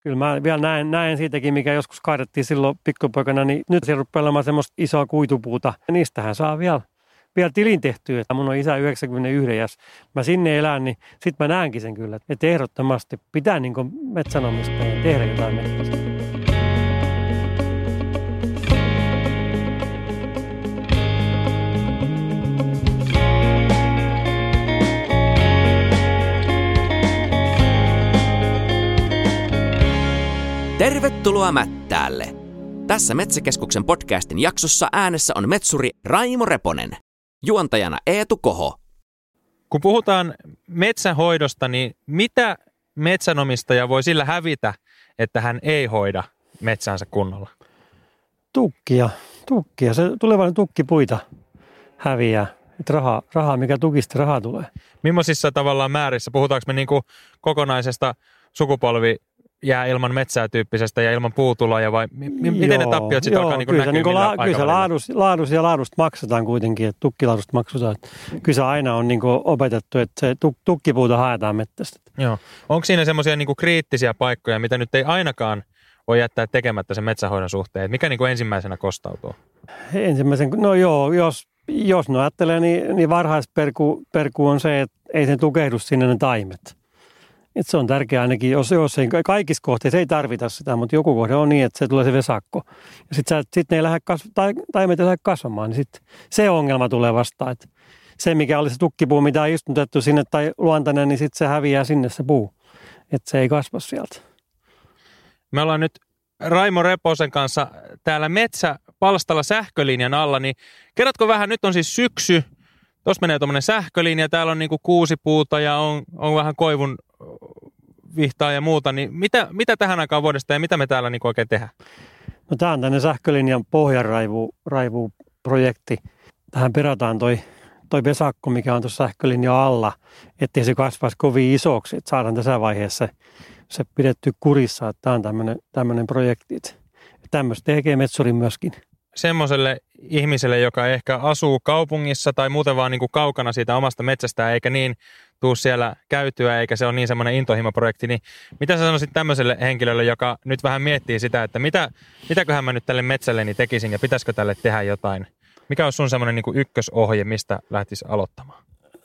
Kyllä mä vielä näen siitäkin, mikä joskus kaadettiin silloin pikkupoikana, niin nyt se rupeaa olemaan semmoista isoa kuitupuuta. Ja niistähän saa vielä tilin tehtyä. Mun on isä 91 ja jos mä sinne elän, niin sit mä näenkin sen kyllä. Että ehdottomasti pitää niin kuin metsänomistajien tehdä jotain metsästä. Tervetuloa Mättäälle! Tässä Metsäkeskuksen podcastin jaksossa äänessä on metsuri Raimo Reponen. Juontajana Eetu Koho. Kun puhutaan metsänhoidosta, niin mitä metsänomistaja voi sillä hävitä, että hän ei hoida metsänsä kunnolla? Tukkia. Se tulevainen tukkipuita häviää. Että rahaa, mikä tukista rahaa tulee. Millaisissa tavallaan määrissä? Puhutaanko me niin kuin kokonaisesta sukupolvi jää ilman metsää tyyppisestä ja ilman puutuloja vai miten ne tappiot sitten alkaa näkyä millä aikavälillä? Kyllä se laadusta maksetaan kuitenkin, että tukkilaadusta maksetaan. Kyllä se aina on niin kuin opetettu, että se tukkipuuta haetaan metsästä. Joo. Onko siinä semmoisia niin kuin kriittisiä paikkoja, mitä nyt ei ainakaan voi jättää tekemättä sen metsänhoidon suhteen? Että mikä niin kuin ensimmäisenä kostautuu? No joo, jos no ajattelee, niin varhaisperku on se, että ei sen tukehdu sinne ne taimet. Että se on tärkeää ainakin, jos ei kaikissa kohteissa ei tarvita sitä, mutta joku kohde on niin, että se tulee se vesakko. Ja sitten ne ei lähde taimet ei lähde kasvamaan, niin sitten se ongelma tulee vastaan. Että se, mikä oli se tukkipuu, mitä on istutettu sinne tai luontainen, niin sitten se häviää sinne se puu. Että se ei kasva sieltä. Me ollaan nyt Raimo Reposen kanssa täällä metsäpalstalla sähkölinjan alla, niin kerrotko vähän, nyt on siis syksy, tuossa menee tuommoinen sähkölinja, täällä on niinku kuusipuuta ja on vähän koivun vihtaa ja muuta, niin mitä tähän aikaan vuodesta ja mitä me täällä niinku oikein tehdään? No tämä on tänne sähkölinjan pohjanraivuprojekti. Tähän perataan toi vesakko, mikä on tuossa sähkölinjan alla, ettei se kasvaisi kovin isoksi, että saadaan tässä vaiheessa se pidetty kurissa, että tämä on tämmöinen projekti. Tämmöistä tekee metsuri myöskin. Semmoiselle ihmiselle, joka ehkä asuu kaupungissa tai muuten vaan niin kuin kaukana siitä omasta metsästään, eikä niin tuu siellä käytyä, eikä se ole niin semmoinen intohimoprojekti, niin mitä sä sanoisit tämmöiselle henkilölle, joka nyt vähän miettii sitä, että mitäköhän mä nyt tälle metsälleni tekisin ja pitäisikö tälle tehdä jotain? Mikä on sun semmoinen niin kuin ykkösohje, mistä lähtisi aloittamaan?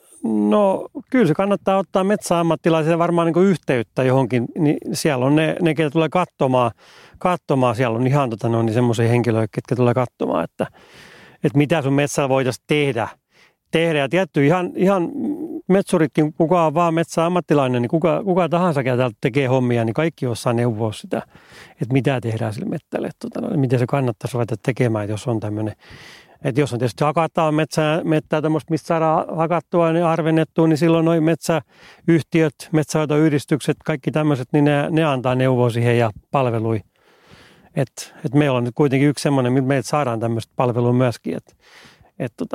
No kyllä se kannattaa ottaa metsäammattilaisille varmaan niin kuin yhteyttä johonkin, niin siellä on ne ketä tulee katsomaan, siellä on ihan semmoisia henkilöitä, ketkä tulee katsomaan, että mitä sun metsällä voitaisiin tehdä. Ja tietty ihan metsuritkin, kuka on vaan metsäammattilainen, niin kuka tahansa täältä tekee hommia, niin kaikki osaa neuvoa sitä, että mitä tehdään sille metsälle, miten se kannattaisi ruveta tekemään, jos on tämmöinen. Että jos on tietysti hakataan mettää tämmöistä, mistä saadaan hakattua ja harvennettua, niin silloin nuo metsäyhtiöt, metsänhoitoyhdistykset, kaikki tämmöiset, niin ne antaa neuvoa siihen ja palvelui. Että meillä on nyt kuitenkin yksi semmoinen, että meiltä saadaan tämmöistä palvelua myöskin. Että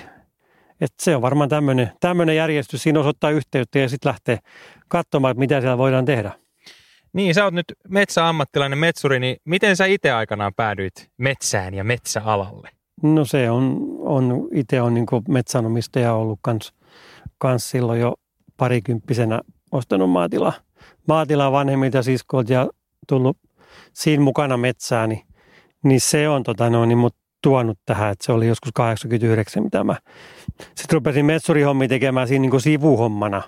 se on varmaan tämmöinen järjestys, siinä osoittaa yhteyttä ja sitten lähtee katsomaan, että mitä siellä voidaan tehdä. Niin, sä oot nyt metsäammattilainen metsuri, niin miten sä itse aikanaan päädyit metsään ja metsäalalle? No se itse on niin kuin metsänomistaja ollut kans silloin jo parikymppisenä ostanut maatilaa vanhemmilta siskoilta ja tullut siinä mukana metsää, niin se on mut tuonut tähän, että se oli joskus 89, mitä mä sitten rupesin metsurihommia tekemään siinä niin kuin sivuhommana,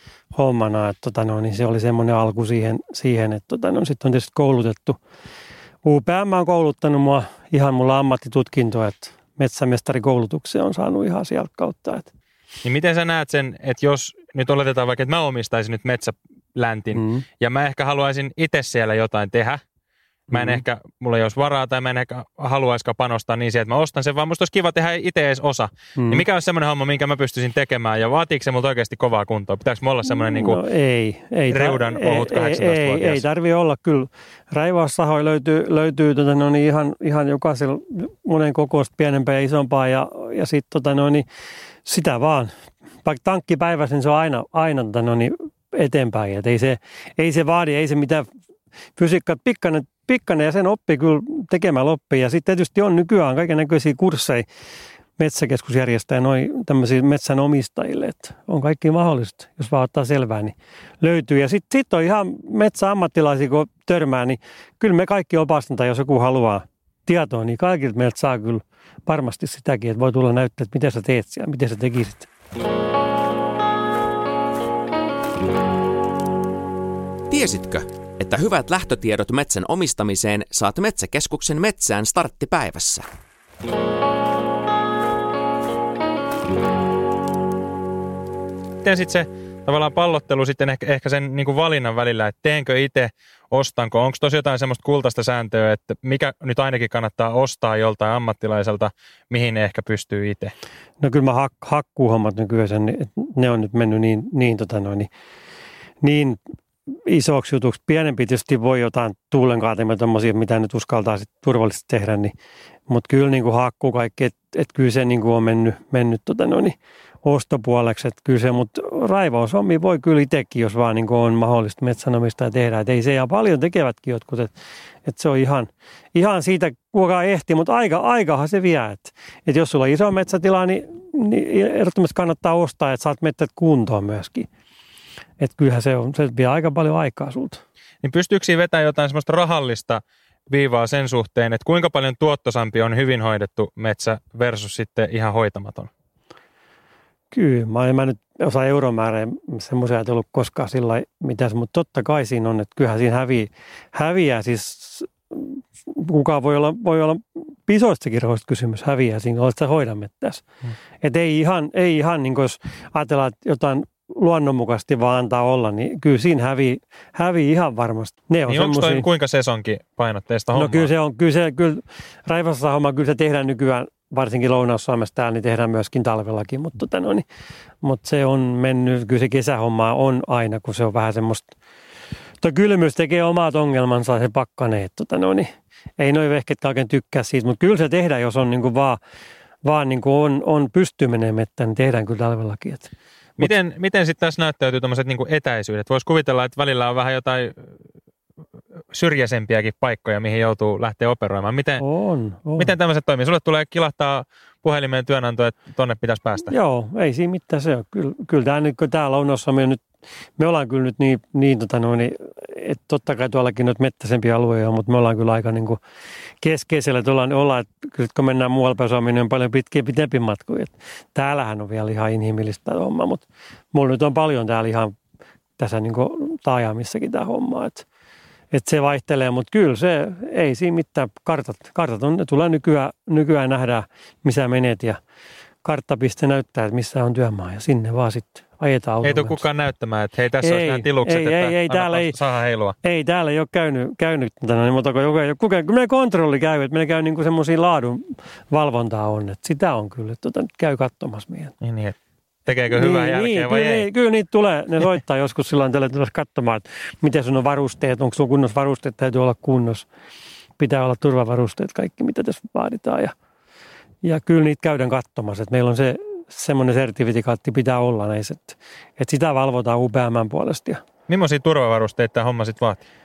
että niin se oli semmoinen alku siihen että sitten on tietysti koulutettu. UPM on kouluttanut mua ihan mulla ammattitutkinto, että metsämestarikoulutuksia on saanut ihan sieltä kautta. Että. Niin miten sä näet sen, että jos nyt oletetaan vaikka, että mä omistaisin nyt metsäläntin ja mä ehkä haluaisin itse siellä jotain tehdä. Mä en ehkä, mulla ei olisi varaa tai mä en ehkä haluaisikaan panostaa niin siihen, että mä ostan sen, vaan musta olisi kiva tehdä itse edes osa. Niin mikä olisi semmoinen homma, minkä mä pystyisin tekemään ja vaatiiko se multa oikeasti kovaa kuntoa? Pitääkö mulla olla semmoinen niin kuin reudan ohut 18-vuotias? Ei tarvitse olla kyllä. Raivaussahoja löytyy ihan jokaisella monen kokoista pienempää ja isompaa ja sitten sitä vaan. Vaikka tankkipäivässä, niin se on aina eteenpäin. Et ei se vaadi, ei se mitään fysiikkaa, pikkainen ja sen oppii kyllä tekemään loppia. Ja sitten tietysti on nykyään kaikennäköisiä kursseja, metsäkeskus järjestää noin tämmöisiä metsänomistajille, että on kaikki mahdollista, jos vaan ottaa selvää, niin löytyy. Ja sitten on ihan metsäammattilaisia, kun törmää, niin kyllä me kaikki opastetaan, jos joku haluaa tietoa, niin kaikilta meiltä saa kyllä varmasti sitäkin, että voi tulla näyttää, että miten sä teet siellä, miten sä tekisit. Tiesitkö, että hyvät lähtötiedot metsän omistamiseen saat Metsäkeskuksen metsään starttipäivässä? Miten sitten se tavallaan pallottelu sitten ehkä sen niin kuin valinnan välillä, että teenkö itse, ostanko, onko tosi jotain semmoista kultaista sääntöä, että mikä nyt ainakin kannattaa ostaa joltain ammattilaiselta, mihin ne ehkä pystyy itse? No kyllä mä hakkuuhommat nykyään, ne on nyt mennyt niin isoksi jutuksi. Pienempi tietysti voi jotain tuulenkaatimia tommosia, mitä nyt uskaltaa sit turvallisesti tehdä, niin, mutta kyllä niin kuin hakkuu kaikki, että kyllä se niin kuin on mennyt ostopuoleksi, että kyllä se, mutta raivaushommia voi kyllä itsekin, jos vaan niin kuin on mahdollista metsänomistaa tehdä, että ei se ja paljon tekevätkin jotkut, että se on ihan siitä kuka ehti, mutta aikahan se vie, että jos sulla on iso metsätila, niin ehdottomasti kannattaa ostaa, että saat metsät kuntoon myöskin. Että kyllähän se vie aika paljon aikaa sulta. Niin pystyykö siinä vetämään jotain semmoista rahallista viivaa sen suhteen, että kuinka paljon tuottosampi on hyvin hoidettu metsä versus sitten ihan hoitamaton? Kyllä, en mä nyt osaa euromäärää semmoisia ajatellut koskaan sillä mitäs, mutta totta kai siinä on, että kyllähän siinä häviää siis kukaan voi olla pisoistakin rahoista kysymys, häviää siinä, olet sä hoida mettässä. Että ei ihan niin kuin jos ajatellaan, että jotain luonnonmukaisesti vaan antaa olla, niin kyllä siinä hävii ihan varmasti. Ne on niin onko toi kuinka sesonkin painotteista hommaa? No kyllä raivassa homma, kyllä se tehdään nykyään, varsinkin Lounais-Suomessa täällä, niin tehdään myöskin talvellakin, mutta se on mennyt, kyllä se kesähomma on aina, kun se on vähän semmoista, kylmyys tekee omat ongelmansa, se pakkaneet, ei noi vehket oikein tykkää siitä, mutta kyllä se tehdään, jos on niin kuin vaan niin kuin on pystyy menemään mettään, niin tehdään kyllä talvellakin. Miten sitten tässä näyttäytyy tämmöiset niin kuin etäisyydet? Voisi kuvitella, että välillä on vähän jotain syrjäisempiäkin paikkoja, mihin joutuu lähteä operoimaan. Miten tämmöiset toimii? Sulle tulee kilahtaa puhelimeen työnanto, että tonne pitäisi päästä? Joo, ei siinä mitään se ole. Kyllä tämä nyt, kun täällä Lounassa me ollaan kyllä nyt niin että totta kai tuollakin nyt mettäisempiä alueita, mutta me ollaan kyllä aika niin kuin keskeisellä ollaan, että kyllä kun mennään muualla päin Suomeen, niin on paljon pitempi matkoja. Täällähän on vielä ihan inhimillistä homma, mutta mulla nyt on paljon täällä ihan tässä niin kuin taajamissakin tämä homma, että se vaihtelee, mutta kyllä se ei siinä mitään. Kartat on, ne tulee nykyään nähdään, missä menet ja karttapiste näyttää, että missä on työmaa ja sinne vaan sitten ajetaan autoon. Ei tule kukaan näyttämään, että hei tässä olisi nämä tilukset, että saadaan heilua. Ei täällä ei ole käynyt mutta kun meidän kontrolli käy, että meillä käy niin kuin semmoisia laadun valvontaa on, että sitä on kyllä, että käy katsomassa meidän. Niin, tekeekö hyvää jälkeä vai ei? Kyllä niitä tulee, ne soittaa joskus silloin tällä katsomaan, että miten sun on varusteet, onko sun kunnossa varusteet, täytyy olla kunnossa. Pitää olla turvavarusteet, kaikki mitä tässä vaaditaan ja kyllä niitä käydään katsomassa, että meillä on semmoinen sertifikaatti pitää olla näissä, että sitä valvotaan UPM:n puolesta. Millaisia turvavarusteita tämä homma sitten vaatii?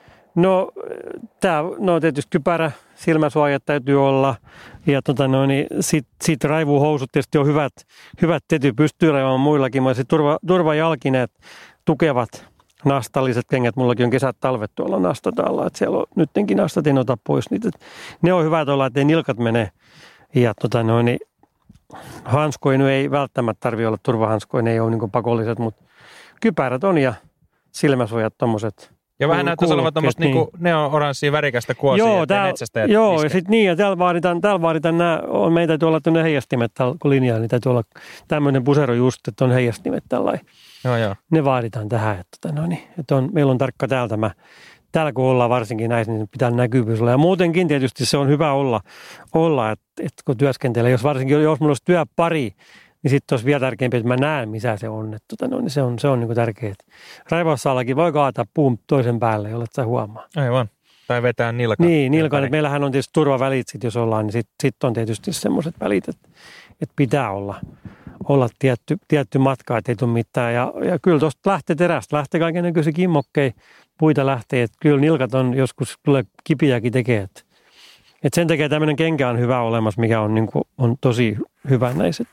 No tietysti kypärä, silmäsuojat täytyy olla ja sit raivuuhousut tietysti on hyvät tietysti pystyy raivamaan muillakin, mutta sitten turvajalkineet, tukevat nastalliset kengät, mullakin on kesät talvet tuolla nastat alla, että siellä on nyttenkin nastat, en ota pois niitä. Ne on hyvät olla, ettei nilkat mene ja hanskoja ei välttämättä tarvitse olla turvahanskoja, ne ei ole niin pakolliset, mutta kypärät on ja silmäsuojat tommoset. Ja vähän näyttäisi olevan tuommoista niin neo-oranssia värikästä kuosia, ettei metsästäjät joo, iske. Ja sitten niin, ja täällä vaaditaan nämä, meitä täytyy olla tuonne heijastimet kun linjaa, niin täytyy olla tämmöinen pusero just, että on heijastimet tällainen. Joo. Ne vaaditaan tähän, että meillä on tarkka täällä kun ollaan varsinkin näissä, niin pitää näkyvyys olla. Ja muutenkin tietysti se on hyvä olla että kun työskentelee, jos mulla olisi työpari, niin sitten olisi vielä tärkeämpi, että mä näen, missä se on. Niin se on niin kuin tärkeää. Raivaussaallakin voi kaataa puun toisen päälle, jollet sä huomaa. Aivan. Tai vetää nilkan. Niin, nilkan. Meillähän on tietysti turvavälit, jos ollaan, niin sitten on tietysti semmoiset välit, että pitää olla tietty matka, ettei tule mitään. Ja kyllä tuosta lähtee terästä, lähtee kaikennäköisiä kimmokkeja, puita lähtee. Että kyllä nilkat on joskus tulee kipiäkin tekee. Että sen takia tämmöinen kenkä on hyvä olemassa, mikä on, niin kuin, on tosi hyvännäiset.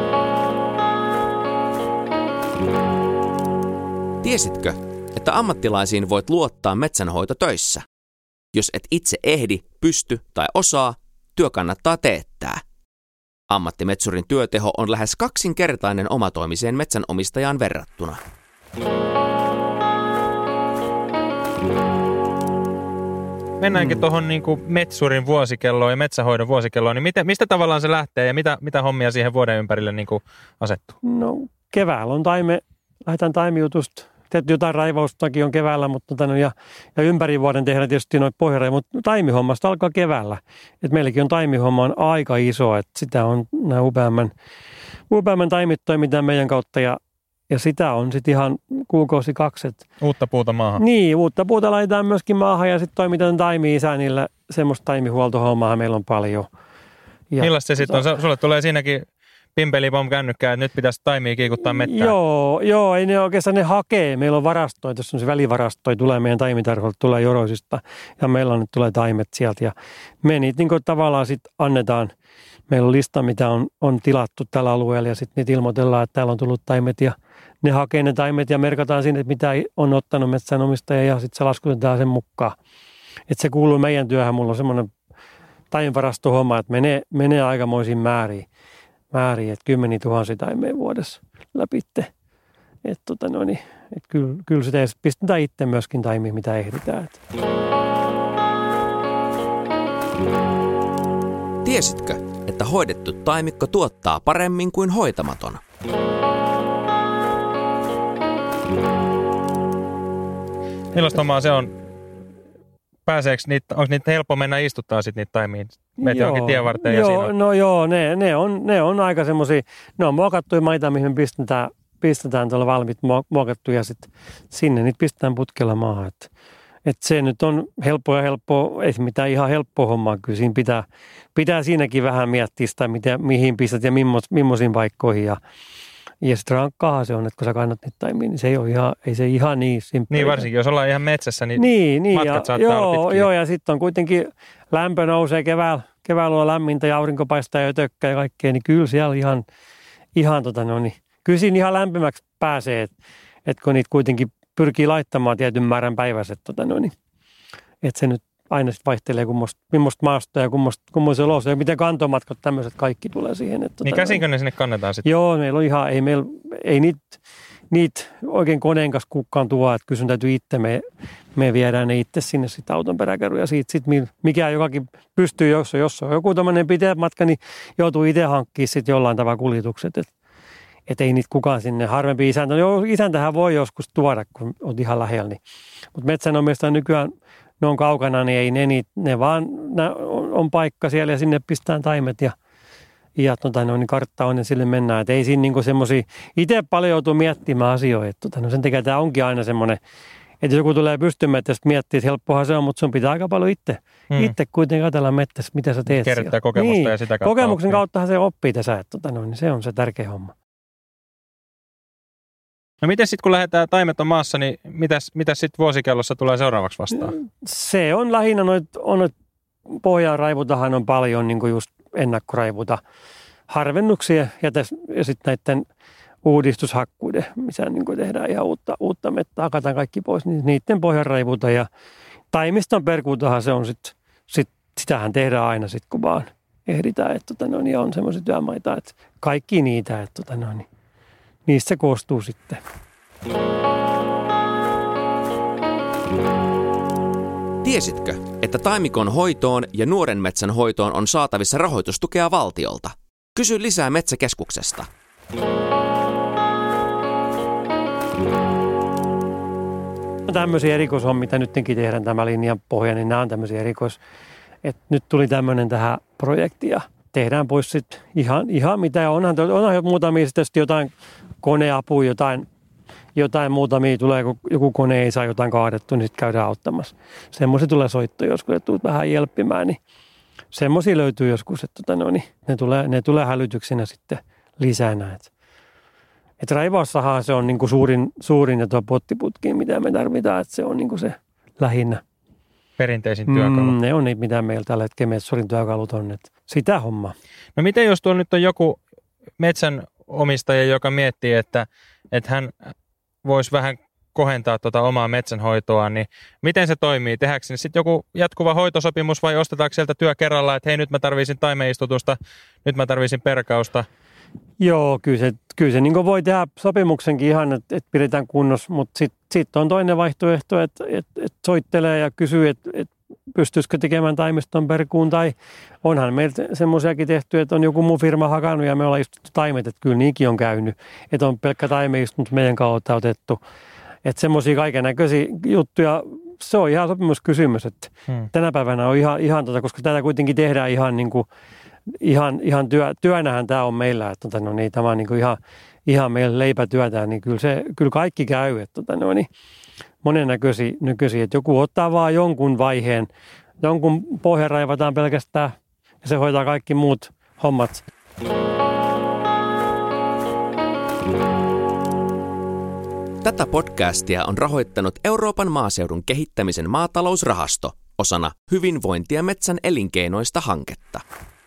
Tiesitkö, että ammattilaisiin voit luottaa metsänhoitotöissä? Jos et itse ehdi, pysty tai osaa, työ kannattaa teettää. Ammattimetsurin työteho on lähes 2-kertainen omatoimiseen metsänomistajaan verrattuna. Mennäänkin tuohon niinku metsurin vuosikelloon ja metsähoidon vuosikelloon, niin mistä tavallaan se lähtee ja mitä hommia siihen vuoden ympärille niinku asettuu? No keväällä on lähdetään taimijutusta. Tietysti jotain raivaustakin on keväällä, mutta ja ympäri vuoden tehdään tietysti noita pohjareja, mutta taimihommasta alkaa keväällä. Et meilläkin on taimihomma on aika iso, että sitä on nämä upeamman taimit toimitaan meidän kautta ja sitä on sitten ihan kuukausi 2. Uutta puuta maahan. Niin, uutta puuta laitetaan myöskin maahan ja sitten toimitaan taimi-isännillä. Semmoista taimihuoltohommaa meillä on paljon. Millaista se sitten on? Sulle tulee siinäkin pimpelipom kännykkää, että nyt pitäisi taimia kiikuttaa mettään. Joo, ei ne oikeastaan ne hakee. Meillä on varastoja, tuossa on se välivarastoja, tulee meidän taimitarholta, tulee Joroisista ja meillä on nyt tulee taimet sieltä. Ja me niitä niin tavallaan sitten annetaan. Meillä on lista, mitä on tilattu tällä alueella ja sitten niitä ilmoitellaan, että täällä on tullut taimet ja ne hakee ne taimet ja merkataan sinne, että mitä on ottanut metsänomistaja ja sitten se laskutetaan sen mukaan. Että se kuuluu meidän työhön. Mulla on semmoinen taimivarastohomma, että menee aikamoisiin määriin, että 10 000 taimeen vuodessa läpitte. Että kyllä sitä pistetään itse myöskin taimiin, mitä ehditään. Tiesitkö, että hoidettu taimikko tuottaa paremmin kuin hoitamaton? Millaista hommaa se on? Onko niitä helppo mennä istuttaa sitten niitä taimiin? Meet johonkin tien varteen ja siinä on. No joo, ne on aika semmoisia, ne on muokattuja maita, mihin me pistetään tuolla valmiit muokattu ja sitten sinne niitä pistetään putkella maahan. Että se nyt on helppoa, ei mitään ihan helppoa hommaa, kyllä siinä pitää siinäkin vähän miettiä sitä, mihin pistät ja millaisiin paikkoihin ja sitten rankkaa se on, että kun sä kannat niitä taimia, niin se ei se ihan niin simppeli. Niin varsinkin, jos ollaan ihan metsässä, niin matkat saattaa olla pitkiä. Joo, ja sitten on kuitenkin lämpö nousee keväällä on lämmintä ja aurinko paistaa ja tökkää ja kaikkea, niin kyllä siellä kyllä siinä ihan lämpimäksi pääsee, että kun niitä kuitenkin pyrkii laittamaan tietyn määrän päivässä, että se nyt aina sitten vaihtelee millaista maastoa ja kummoisia olosuhteita ja miten kantomatkat tämmöiset kaikki tulee siihen. Niin käsinkö ne sinne kannetaan sitten? Joo, meillä on ihan, ei niitä oikein koneen kanssa kukaan tuo, että kyllä sun täytyy itse, me viedään ne itse sinne sitten auton peräkärryyn ja siitä mikä jokakin pystyy, jos on joku tämmöinen pitää matka, niin joutuu itse hankkimaan sitten jollain tavalla kuljetukset, että ei niitä kukaan sinne, harvempi isäntä. Joo, isäntähän voi joskus tuoda, kun on ihan lähellä. Niin. Mutta metsänomistajat nykyään, ne on kaukana, niin ei ne vaan on paikka siellä ja sinne pistetään taimet ja niin kartta on ja sille mennään. Et ei siinä niinku semmoisia, itse paljon joutuu miettimään asioita. Sen takia tämä onkin aina semmoinen, että jos joku tulee pystymään, että miettii, että helppohan se on, mutta sun pitää aika paljon itse kuitenkin katsella mettässä, mitä sä teet. Kerryttää kokemusta niin, ja sitä kautta kokemuksen oppii. kauttahan se oppii tässä, että niin se on se tärkeä homma. No miten sitten kun lähdetään taimet on maassa, niin mitäs sitten vuosikellossa tulee seuraavaksi vastaan? Se on lähinnä noit pohjaraivutahan on paljon niin kuin just ennakkoraivuta harvennuksia ja sitten näiden uudistushakkuiden, missä niin kuin tehdään ihan uutta mettää, hakataan kaikki pois, niin niiden pohjaraivuta ja taimiston perkuutahan se on sitähän tehdään aina sitten kun vaan ehditään, että ja on semmoisia työmaita, että kaikki niitä, että niistä se koostuu sitten. Tiesitkö, että taimikon hoitoon ja nuoren metsän hoitoon on saatavissa rahoitustukea valtiolta? Kysy lisää Metsäkeskuksesta. Tämmöisiä erikoishommia, mitä nytkin tehdään tämä linjan pohja, niin nämä on tämmöisiä että nyt tuli tämmöinen tähän projektiin ja tehdään pois sitten ihan mitä. Onhan muutamia sitten jotain koneapua, jotain muutamia tulee, kun joku kone ei saa jotain kaadettua, niin sitten käydään auttamassa. Semmoisia tulee soittoja joskus, että tulet vähän jelppimään, niin semmoisia löytyy joskus, että ne tulee hälytyksenä sitten lisänä. Että raivaussahan se on niinku suurin ja tuo pottiputkiin, mitä me tarvitaan, että se on niinku se lähinnä. Perinteisin työkalu. Ne on niitä, mitä meillä tällä hetkellä metsurin työkalut on, että sitä hommaa. No miten jos tuolla nyt on joku metsänomistaja, joka miettii, että hän voisi vähän kohentaa omaa metsänhoitoa, niin miten se toimii? Tehdäänkö sitten joku jatkuva hoitosopimus vai ostetaanko sieltä työ kerrallaan, että hei, nyt mä tarvisin taimeistutusta, nyt mä tarvisin perkausta? Joo, kyllä se niin voi tehdä sopimuksenkin ihan, että pidetään kunnossa, mutta sitten on toinen vaihtoehto, että soittelee ja kysyy, että pystyisikö tekemään taimiston perkuun, tai onhan meillä semmoisiakin tehty, että on joku muu firma hakannut ja me ollaan istuttu taimet, että kyllä niinkin on käynyt, että on pelkkä taimeistunut meidän kautta otettu. Että semmoisia kaikennäköisiä juttuja, se on ihan sopimuskysymys, että tänä päivänä on ihan koska tätä kuitenkin tehdään ihan niin kuin, ihan työnähän tämä on meillä, että tämä on niin kuin ihan meillä leipätyötä, niin kyllä kaikki käy, että monennäköisiä, että joku ottaa vaan jonkun vaiheen, jonkun pohjan raivataan pelkästään ja se hoitaa kaikki muut hommat. Tätä podcastia on rahoittanut Euroopan maaseudun kehittämisen maatalousrahasto osana hyvinvointia metsän elinkeinoista -hanketta.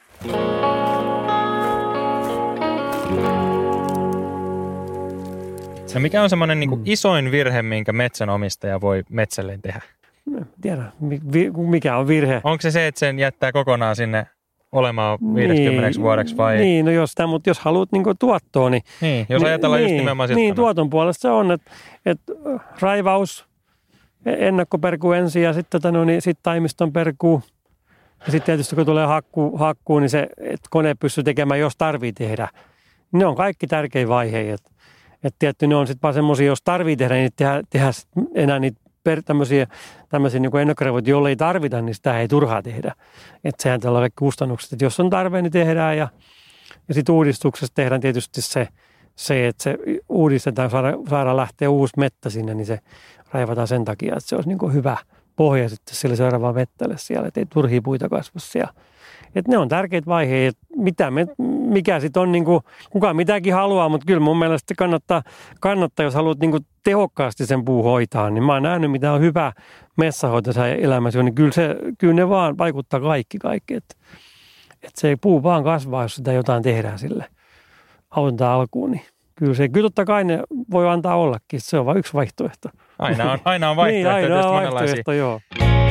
No mikä on semmoinen niin kuin isoin virhe, minkä metsänomistaja voi metsälleen tehdä? En tiedä, mikä on virhe. Onko se, että sen jättää kokonaan sinne olemaan 50 vuodeksi vai? Niin, no mutta jos haluat niin tuottoa, niin... Niin, jos ajatellaan just nimenomaan niin, tuoton puolesta se on, että raivaus, ennakkoperku ensin ja sitten sit taimiston perkuu. Ja sitten tietysti kun tulee hakkuu, niin se, että kone pystyy tekemään, jos tarvii tehdä. Ne on kaikki tärkein vaiheet. Että tietty ne on sitten vaan semmoisia, jos tarvii tehdä, niin tehdä enää niitä tämmöisiä niin ennakkorevoita, jolle ei tarvita, niin sitä ei turhaa tehdä. Että sehän tällä on kaikki kustannukset. Että jos on tarve, niin tehdään. Ja sitten uudistuksessa tehdään tietysti se, että se uudistetaan, saadaan lähteä uusi mettä sinne, niin se raivataan sen takia, että se olisi niin kuin hyvä pohja sitten sille seuraavaan mettälle siellä, että ei turhia puita kasva siellä. Että ne on tärkeitä vaiheita, mikä sitten on, niin kuin, kuka mitäkin haluaa, mutta kyllä mun mielestä kannattaa, jos haluat niin kuin tehokkaasti sen puu hoitaa, niin mä oon nähnyt, mitä on hyvä metsänhoito elämässä, niin kyllä ne vaan vaikuttaa kaikki. Että se puu vaan kasvaa, jos sitä jotain tehdään sille autetaan alkuun, niin kyllä totta kai ne voi antaa ollakin, se on vain yksi vaihtoehto. Aina on vaihtoehto, niin, aina on vaihtoehto, joo.